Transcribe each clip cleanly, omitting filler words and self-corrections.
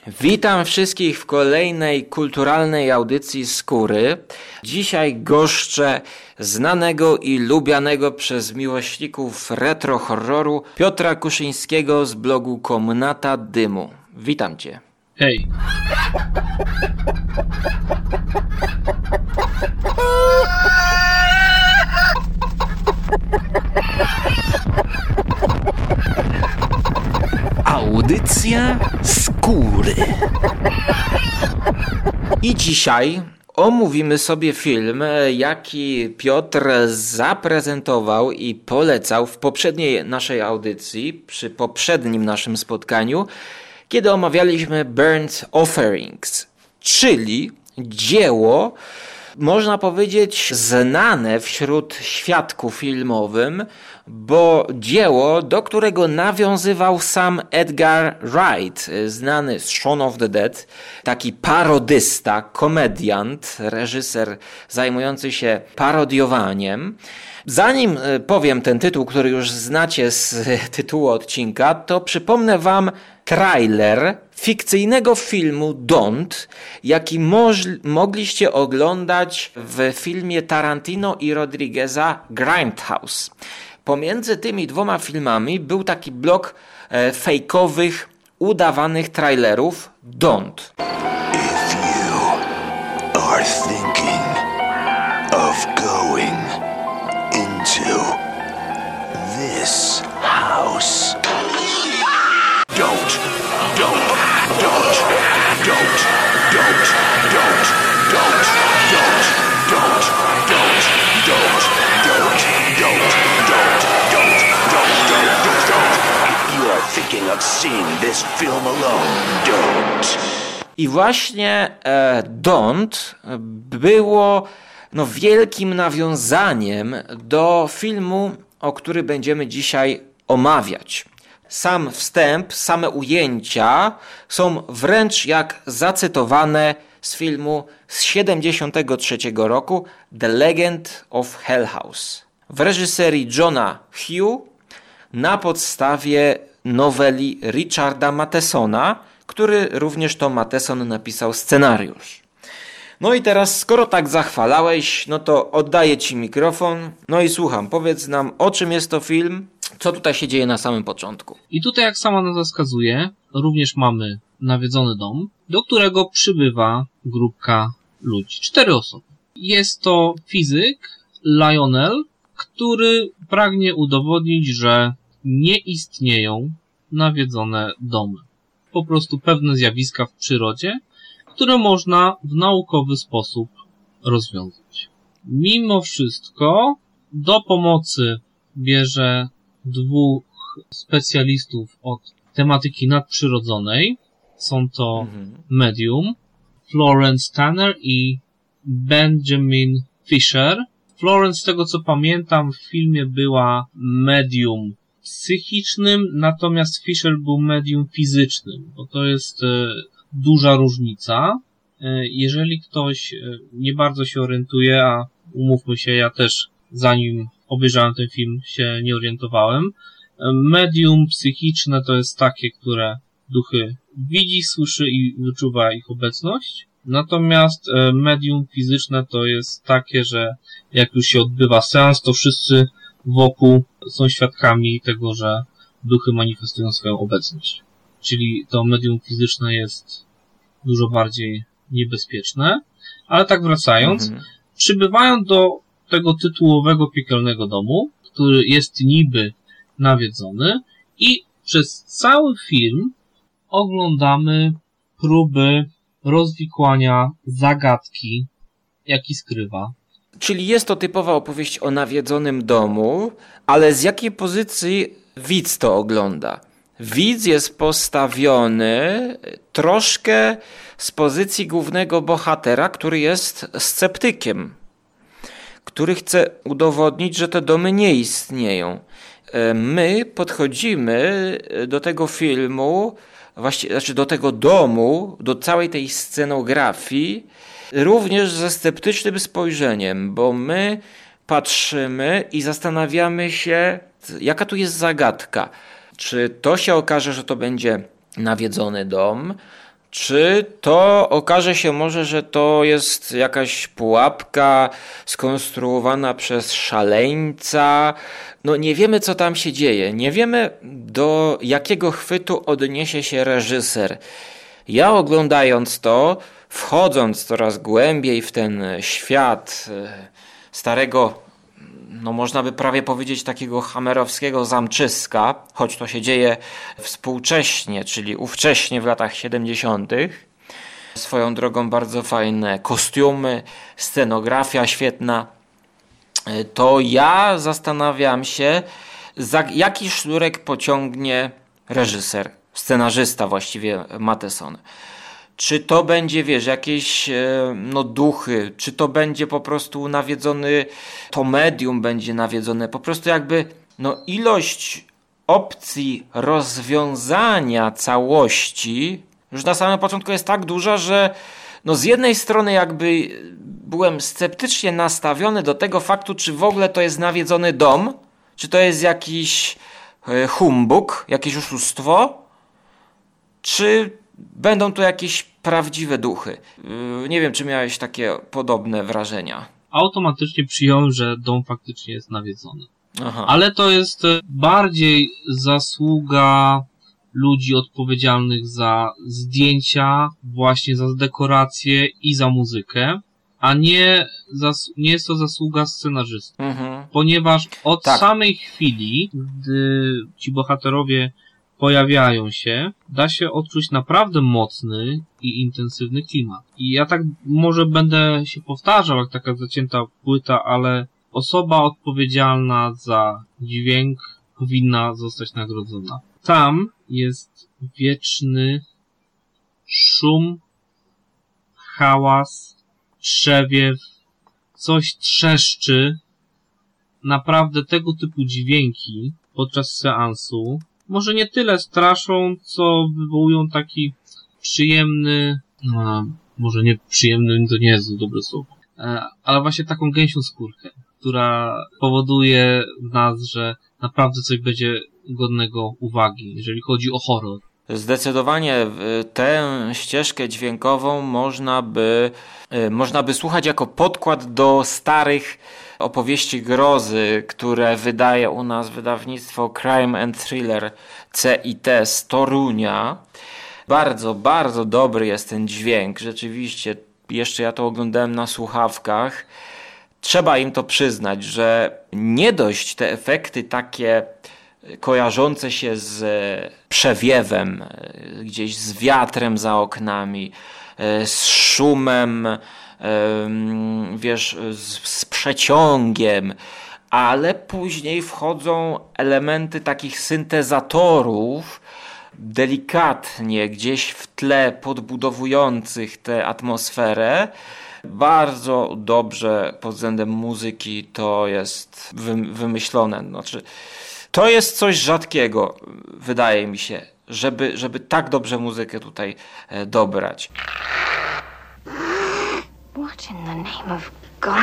Witam wszystkich w kolejnej kulturalnej audycji Skóry. Dzisiaj goszczę znanego i lubianego przez miłośników retro horroru Piotra Kuszyńskiego z blogu Komnata Dymu. Witam Cię. Hej. Audycja Skóry. I dzisiaj omówimy sobie film, jaki Piotr zaprezentował i polecał w poprzedniej naszej audycji, przy poprzednim naszym spotkaniu, kiedy omawialiśmy Burnt Offerings, czyli dzieło, można powiedzieć, znane wśród świadków filmowym, bo dzieło, do którego nawiązywał sam Edgar Wright, znany z Shaun of the Dead, taki parodysta, komediant, reżyser zajmujący się parodiowaniem. Zanim powiem ten tytuł, który już znacie z tytułu odcinka, to przypomnę Wam trailer fikcyjnego filmu Don't, jaki mogliście oglądać w filmie Tarantino i Rodrigueza Grindhouse. Pomiędzy tymi dwoma filmami był taki blok fejkowych, udawanych trailerów Don't. If you are thinking of going into this house, don't. If you are thinking of seeing this film alone, don't. I właśnie Don't było wielkim nawiązaniem do filmu, o który będziemy dzisiaj omawiać. Sam wstęp, same ujęcia są wręcz jak zacytowane z filmu z 1973 roku The Legend of Hell House w reżyserii Johna Hugh na podstawie noweli Richarda Mathesona, który również to Matheson napisał scenariusz. No i teraz, skoro tak zachwalałeś, no to oddaję Ci mikrofon. No i słucham, powiedz nam, o czym jest to film, co tutaj się dzieje na samym początku. I tutaj, jak sama nazwa wskazuje, również mamy nawiedzony dom, do którego przybywa grupka ludzi. 4 osoby. Jest to fizyk Lionel, który pragnie udowodnić, że nie istnieją nawiedzone domy. Po prostu pewne zjawiska w przyrodzie, które można w naukowy sposób rozwiązać. Mimo wszystko do pomocy bierze 2 specjalistów od tematyki nadprzyrodzonej. Są to medium, Florence Tanner i Benjamin Fisher. Florence, z tego co pamiętam, w filmie była medium psychicznym, natomiast Fisher był medium fizycznym, bo to jest duża różnica. Jeżeli ktoś nie bardzo się orientuje, a umówmy się, ja też zanim obejrzałem ten film się nie orientowałem, medium psychiczne to jest takie, które duchy widzi, słyszy i wyczuwa ich obecność. Natomiast medium fizyczne to jest takie, że jak już się odbywa seans, to wszyscy wokół są świadkami tego, że duchy manifestują swoją obecność. Czyli to medium fizyczne jest dużo bardziej niebezpieczne. Ale tak wracając, przybywają do tego tytułowego piekielnego domu, który jest niby nawiedzony i przez cały film oglądamy próby rozwikłania zagadki, jaki skrywa. Czyli jest to typowa opowieść o nawiedzonym domu, ale z jakiej pozycji widz to ogląda? Widz jest postawiony troszkę z pozycji głównego bohatera, który jest sceptykiem, który chce udowodnić, że te domy nie istnieją. My podchodzimy do tego filmu, do tego domu, do całej tej scenografii również ze sceptycznym spojrzeniem, bo my patrzymy i zastanawiamy się, jaka tu jest zagadka. Czy to się okaże, że to będzie nawiedzony dom, Czy to okaże się może, że to jest jakaś pułapka skonstruowana przez szaleńca? No nie wiemy, co tam się dzieje. Nie wiemy, do jakiego chwytu odniesie się reżyser. Ja oglądając to, wchodząc coraz głębiej w ten świat starego, no można by prawie powiedzieć takiego hammerowskiego zamczyska, choć to się dzieje współcześnie, czyli ówcześnie w latach 70. Swoją drogą bardzo fajne kostiumy, scenografia świetna. To ja zastanawiam się, za jaki sznurek pociągnie reżyser, scenarzysta właściwie Matheson. Czy to będzie, wiesz, jakieś duchy, czy to będzie po prostu nawiedzony, to medium będzie nawiedzone, po prostu jakby ilość opcji rozwiązania całości już na samym początku jest tak duża, że z jednej strony jakby byłem sceptycznie nastawiony do tego faktu, czy w ogóle to jest nawiedzony dom, czy to jest jakiś humbug, jakieś oszustwo, czy będą to jakieś prawdziwe duchy. Nie wiem, czy miałeś takie podobne wrażenia. Automatycznie przyjąłem, że dom faktycznie jest nawiedzony. Aha. Ale to jest bardziej zasługa ludzi odpowiedzialnych za zdjęcia, właśnie za dekoracje i za muzykę, a nie jest to zasługa scenarzysty. Ponieważ od samej chwili, gdy ci bohaterowie pojawiają się, da się odczuć naprawdę mocny i intensywny klimat. I ja tak może będę się powtarzał, jak taka zacięta płyta, ale osoba odpowiedzialna za dźwięk powinna zostać nagrodzona. Tam jest wieczny szum, hałas, trzewiew, coś trzeszczy. Naprawdę tego typu dźwięki podczas seansu może nie tyle straszą, co wywołują taki przyjemny, może nie przyjemny, to nie jest dobre słowo, ale właśnie taką gęsią skórkę, która powoduje w nas, że naprawdę coś będzie godnego uwagi, jeżeli chodzi o horror. Zdecydowanie tę ścieżkę dźwiękową można by słuchać jako podkład do starych opowieści grozy, które wydaje u nas wydawnictwo Crime and Thriller CIT z Torunia. Bardzo, bardzo dobry jest ten dźwięk. Rzeczywiście, jeszcze ja to oglądałem na słuchawkach. Trzeba im to przyznać, że nie dość te efekty takie kojarzące się z przewiewem, gdzieś z wiatrem za oknami, z szumem, wiesz, z przeciągiem, ale później wchodzą elementy takich syntezatorów, delikatnie gdzieś w tle podbudowujących tę atmosferę. Bardzo dobrze pod względem muzyki to jest wymyślone. Znaczy, to jest coś rzadkiego, wydaje mi się, żeby tak dobrze muzykę tutaj dobrać. What in the name of God?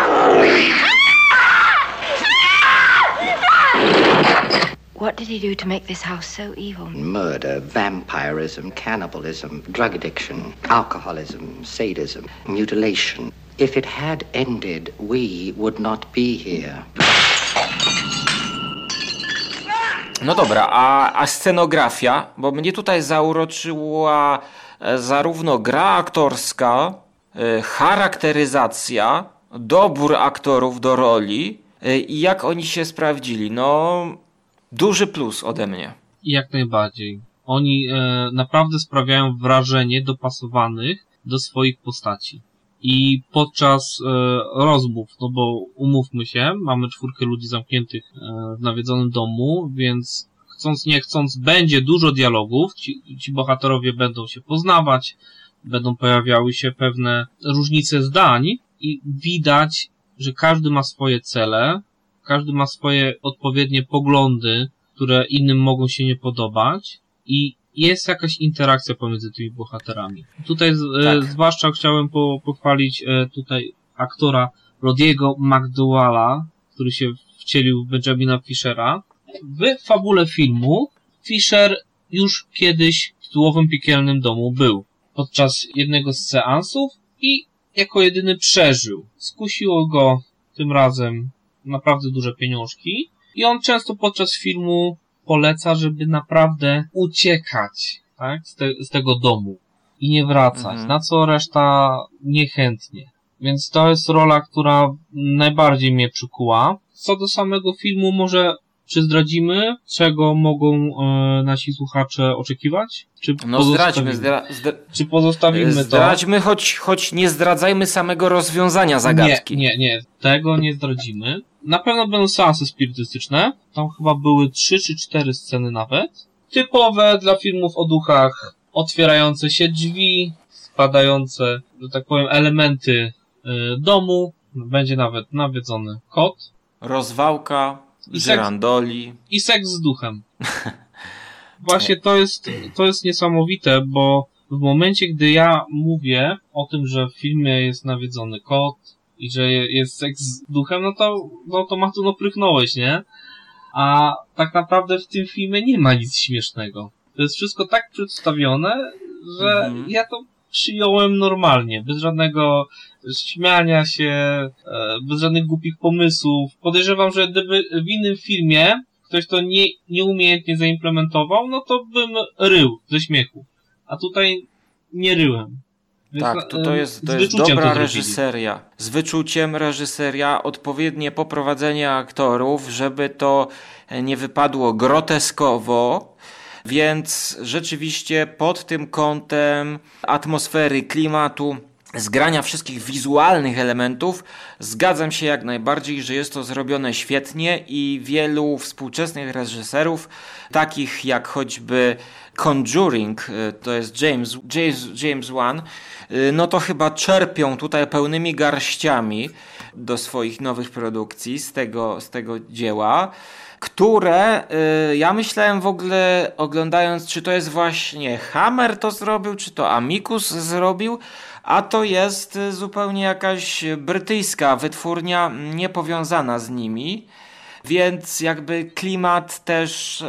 What did he do to make this house so evil? Murder, vampirism, cannibalism, drug addiction, alcoholism, sadism, mutilation. If it had ended, we would not be here. No dobra, a scenografia? Bo mnie tutaj zauroczyła zarówno gra aktorska, charakteryzacja, dobór aktorów do roli i jak oni się sprawdzili. No, duży plus ode mnie. Jak najbardziej. Oni naprawdę sprawiają wrażenie dopasowanych do swoich postaci. I podczas rozmów, no bo umówmy się, mamy 4 ludzi zamkniętych w nawiedzonym domu, więc chcąc nie chcąc będzie dużo dialogów, ci bohaterowie będą się poznawać, będą pojawiały się pewne różnice zdań i widać, że każdy ma swoje cele, każdy ma swoje odpowiednie poglądy, które innym mogą się nie podobać i jest jakaś interakcja pomiędzy tymi bohaterami. Tutaj zwłaszcza chciałem pochwalić tutaj aktora Rodiego McDowalla, który się wcielił w Benjamina Fishera. W fabule filmu Fisher już kiedyś w Tytułowym Piekielnym Domu był. podczas jednego z seansów i jako jedyny przeżył. Skusiło go tym razem naprawdę duże pieniążki i on często podczas filmu poleca, żeby naprawdę uciekać, tak, z tego domu i nie wracać, na co reszta niechętnie. Więc to jest rola, która najbardziej mnie przykuła. Co do samego filmu, może czy zdradzimy, czego mogą nasi słuchacze oczekiwać? Czy czy pozostawimy to? Zdradźmy, choć nie zdradzajmy samego rozwiązania zagadki. Nie, tego nie zdradzimy. Na pewno będą seanse spirytystyczne. Tam chyba były 3 czy 4 sceny nawet. Typowe dla filmów o duchach. Otwierające się drzwi, spadające, że tak powiem, elementy domu. Będzie nawet nawiedzony kot. Rozwałka, żyrandoli. I seks z duchem. Właśnie to jest niesamowite, bo w momencie, gdy ja mówię o tym, że w filmie jest nawiedzony kot i że jest seks z duchem, no to z automatu prychnąłeś, nie? A tak naprawdę w tym filmie nie ma nic śmiesznego. To jest wszystko tak przedstawione, że ja to przyjąłem normalnie, bez żadnego śmiania się, bez żadnych głupich pomysłów. Podejrzewam, że gdyby w innym filmie ktoś to nieumiejętnie zaimplementował, no to bym rył ze śmiechu. A tutaj nie ryłem. Więc tak, to jest dobra reżyseria. Z wyczuciem reżyseria, odpowiednie poprowadzenie aktorów, żeby to nie wypadło groteskowo. Więc rzeczywiście pod tym kątem atmosfery, klimatu, zgrania wszystkich wizualnych elementów zgadzam się jak najbardziej, że jest to zrobione świetnie i wielu współczesnych reżyserów, takich jak choćby Conjuring, to jest James Wan, no to chyba czerpią tutaj pełnymi garściami do swoich nowych produkcji z tego dzieła, które ja myślałem w ogóle oglądając, czy to jest właśnie Hammer to zrobił, czy to Amicus zrobił, a to jest zupełnie jakaś brytyjska wytwórnia niepowiązana z nimi, więc jakby klimat też,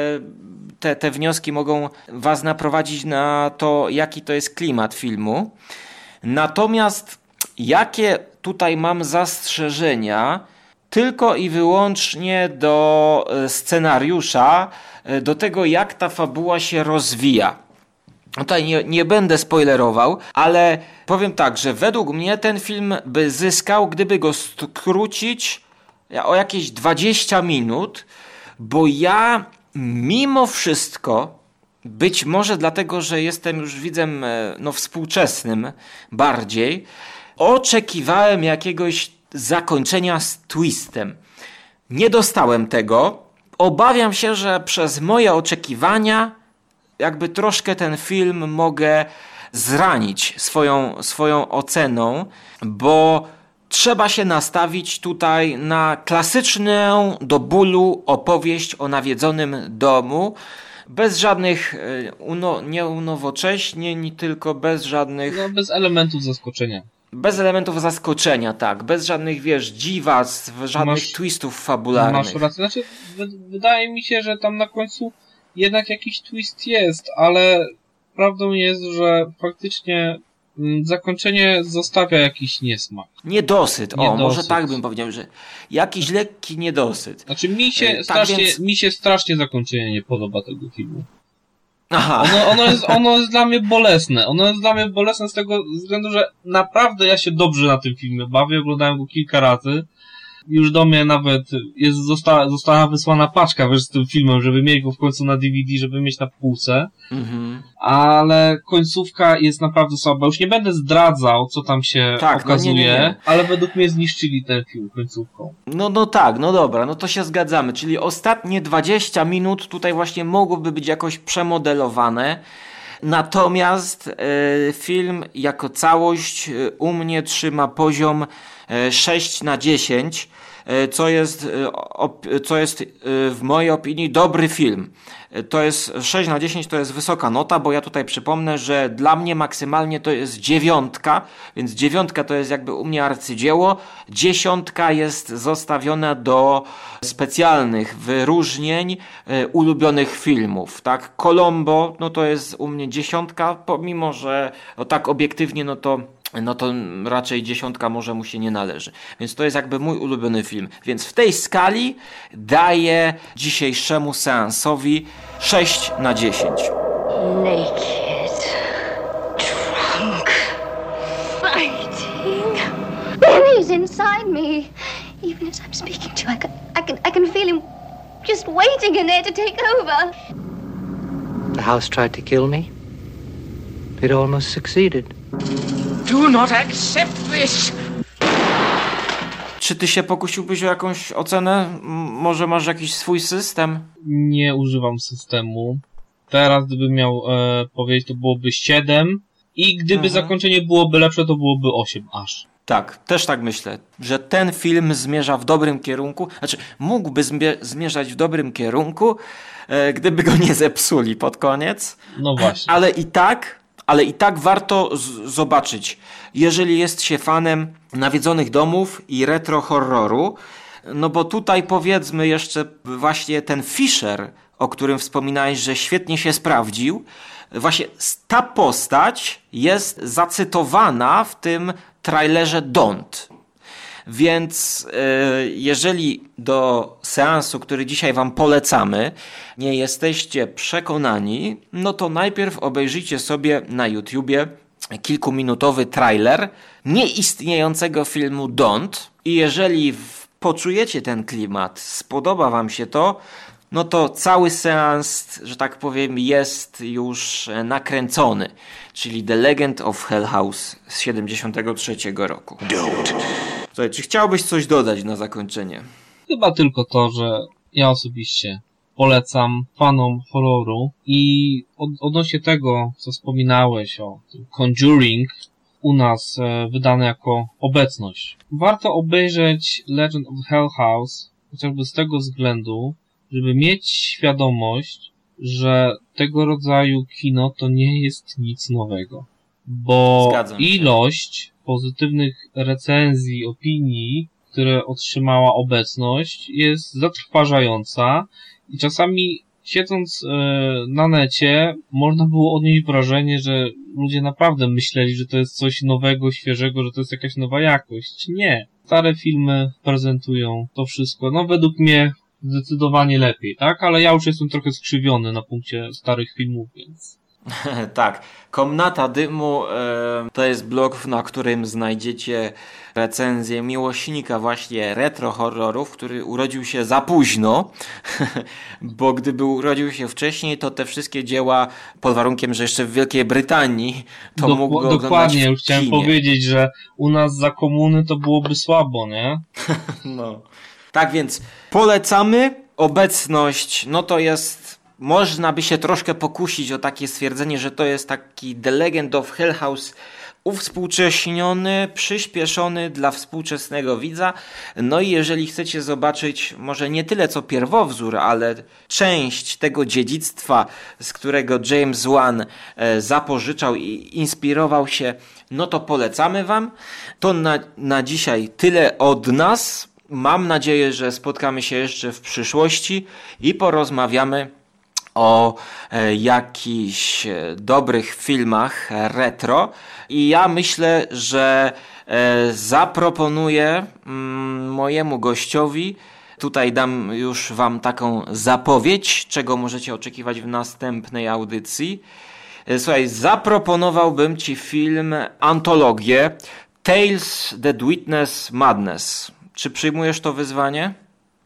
te wnioski mogą was naprowadzić na to, jaki to jest klimat filmu. Natomiast jakie tutaj mam zastrzeżenia, tylko i wyłącznie do scenariusza, do tego jak ta fabuła się rozwija. Tutaj nie będę spoilerował, ale powiem tak, że według mnie ten film by zyskał, gdyby go skrócić o jakieś 20 minut, bo ja mimo wszystko, być może dlatego, że jestem już widzem współczesnym bardziej, oczekiwałem jakiegoś zakończenia z twistem. Nie dostałem tego. Obawiam się, że przez moje oczekiwania jakby troszkę ten film mogę zranić swoją oceną, bo trzeba się nastawić tutaj na klasyczną do bólu opowieść o nawiedzonym domu, bez żadnych nie unowocześnień, tylko bez żadnych... No, bez elementów zaskoczenia. Bez elementów zaskoczenia, tak. Bez żadnych, dziwactw, żadnych twistów fabularnych. Masz rację. Znaczy, wydaje mi się, że tam na końcu jednak jakiś twist jest, ale prawdą jest, że faktycznie zakończenie zostawia jakiś niesmak. Niedosyt. Może tak bym powiedział, że jakiś lekki niedosyt. Znaczy mi się strasznie zakończenie nie podoba tego filmu. Aha. Ono jest dla mnie bolesne. Ono jest dla mnie bolesne z tego względu, że naprawdę ja się dobrze na tym filmie bawię. Oglądałem go kilka razy. Już do mnie nawet została wysłana paczka z tym filmem, żeby mieć go w końcu na DVD, żeby mieć na półce. Ale końcówka jest naprawdę słaba. Już nie będę zdradzał, co tam się okazuje, nie. Ale według mnie zniszczyli ten film końcówką. No dobra, to się zgadzamy. Czyli ostatnie 20 minut tutaj właśnie mogłoby być jakoś przemodelowane. Natomiast film jako całość u mnie trzyma poziom 6/10. co jest w mojej opinii dobry film. To jest 6 na 10, to jest wysoka nota, bo ja tutaj przypomnę, że dla mnie maksymalnie to jest 9, więc 9 to jest jakby u mnie arcydzieło, 10 jest zostawiona do specjalnych wyróżnień ulubionych filmów, tak? Columbo, no to jest u mnie 10, pomimo że tak obiektywnie, no to raczej 10 może mu się nie należy. Więc to jest jakby mój ulubiony film. Więc w tej skali daję dzisiejszemu seansowi 6 na 10. Naked, drunk, fighting. He's inside me. Even as I'm speaking to you, I can feel him just waiting in there to take over. The house tried to kill me. It almost succeeded. Do not accept this! Czy ty się pokusiłbyś o jakąś ocenę? Może masz jakiś swój system? Nie używam systemu. Teraz gdybym miał powiedzieć, to byłoby 7 i gdyby zakończenie byłoby lepsze, to byłoby 8 aż. Tak, też tak myślę, że ten film zmierza w dobrym kierunku, znaczy mógłby zmierzać w dobrym kierunku, gdyby go nie zepsuli pod koniec. No właśnie. Ale i tak warto zobaczyć, jeżeli jest się fanem nawiedzonych domów i retro horroru, no bo tutaj powiedzmy jeszcze właśnie ten Fisher, o którym wspominałeś, że świetnie się sprawdził, właśnie ta postać jest zacytowana w tym trailerze Don't. Więc jeżeli do seansu, który dzisiaj wam polecamy, nie jesteście przekonani, no to najpierw obejrzyjcie sobie na YouTubie kilkuminutowy trailer nieistniejącego filmu Don't i jeżeli poczujecie ten klimat, spodoba wam się to, no to cały seans, że tak powiem, jest już nakręcony, czyli The Legend of Hell House z 73 roku. Słuchaj, czy chciałbyś coś dodać na zakończenie? Chyba tylko to, że ja osobiście polecam fanom horroru i odnośnie tego, co wspominałeś o tym Conjuring, u nas wydane jako obecność. Warto obejrzeć Legend of Hell House, chociażby z tego względu, żeby mieć świadomość, że tego rodzaju kino to nie jest nic nowego. Bo ilość pozytywnych recenzji, opinii, które otrzymała obecność, jest zatrważająca i czasami siedząc na necie można było odnieść wrażenie, że ludzie naprawdę myśleli, że to jest coś nowego, świeżego, że to jest jakaś nowa jakość. Nie. Stare filmy prezentują to wszystko. No według mnie zdecydowanie lepiej, tak? Ale ja już jestem trochę skrzywiony na punkcie starych filmów, więc... Tak. Komnata Dymu to jest blog, na którym znajdziecie recenzję miłośnika właśnie retro horrorów, który urodził się za późno, bo gdyby urodził się wcześniej, to te wszystkie dzieła, pod warunkiem, że jeszcze w Wielkiej Brytanii, to mógł go dokładnie, już chciałem powiedzieć, że u nas za komuny to byłoby słabo, nie? No. Tak więc polecamy. Obecność, no to jest, można by się troszkę pokusić o takie stwierdzenie, że to jest taki The Legend of Hell House uwspółcześniony, przyspieszony dla współczesnego widza. No i jeżeli chcecie zobaczyć może nie tyle co pierwowzór, ale część tego dziedzictwa, z którego James Wan zapożyczał i inspirował się, no to polecamy wam. To na dzisiaj tyle od nas. Mam nadzieję, że spotkamy się jeszcze w przyszłości i porozmawiamy o jakichś dobrych filmach retro. I ja myślę, że zaproponuję mojemu gościowi, tutaj dam już wam taką zapowiedź, czego możecie oczekiwać w następnej audycji. Słuchaj, zaproponowałbym ci film, antologię Tales That Witness Madness. Czy przyjmujesz to wyzwanie?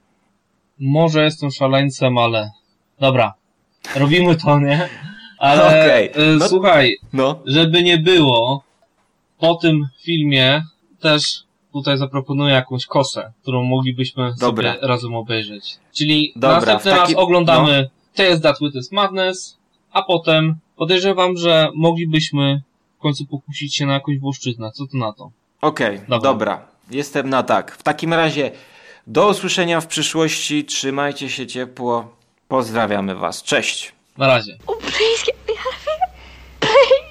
Może jestem szaleńcem, ale... Dobra, robimy to, nie? Ale okay. Słuchaj, żeby nie było, po tym filmie też tutaj zaproponuję jakąś kosę, którą moglibyśmy sobie razem obejrzeć. Czyli następny raz oglądamy Tales That Witness Madness, a potem podejrzewam, że moglibyśmy w końcu pokusić się na jakąś włoszczyznę. Co ty na to? Okej, dobra. Jestem na tak. W takim razie Do usłyszenia w przyszłości, trzymajcie się ciepło, pozdrawiamy was, cześć! Na razie. Oh, please get me out of here. Please.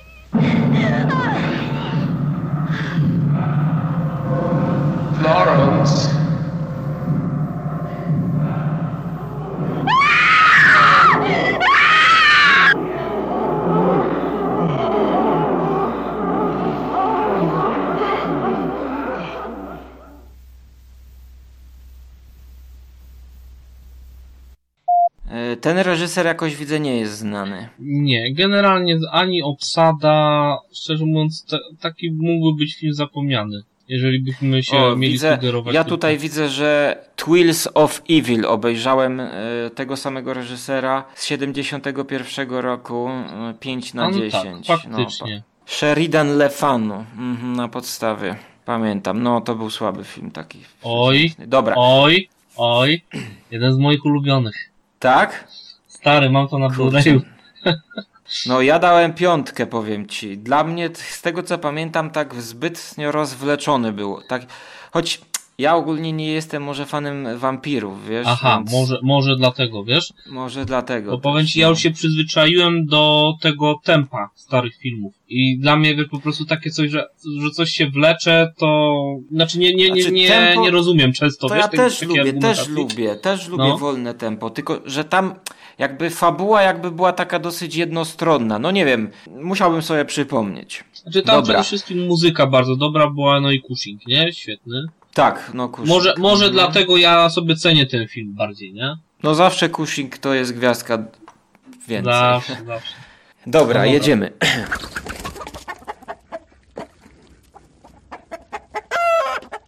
Florence. Ten reżyser jakoś widzę nie jest znany. Nie, generalnie ani obsada, szczerze mówiąc, taki mógłby być film zapomniany, jeżeli byśmy się mieli sugerować. Ja tutaj widzę, że Twills of Evil obejrzałem tego samego reżysera z 71 roku, 5 na 10. Tak, faktycznie. Sheridan Le Fanu, na podstawie. Pamiętam, no to był słaby film taki. Oj, dobra. Oj, jeden z moich ulubionych. Tak? Stary, mam to na Blu-rayu. No ja dałem 5, powiem ci. Dla mnie, z tego co pamiętam, tak zbytnio rozwleczony był. Tak, choć ja ogólnie nie jestem może fanem wampirów, wiesz? Aha, więc... może dlatego, wiesz? Może dlatego. Bo powiem ci, ja już się przyzwyczaiłem do tego tempa starych filmów. I dla mnie, wiesz, po prostu takie coś, że coś się wlecze, to... Znaczy nie rozumiem często, to wiesz? Ja też lubię wolne tempo, tylko że tam jakby fabuła jakby była taka dosyć jednostronna. No nie wiem, musiałbym sobie przypomnieć. Znaczy tam przede wszystkim muzyka bardzo dobra była, no i Cushing, nie? Świetny. Tak, no Cushing. Może dlatego ja sobie cenię ten film bardziej, nie? No zawsze Cushing to jest gwiazdka więcej. Zawsze. Dobra, jedziemy.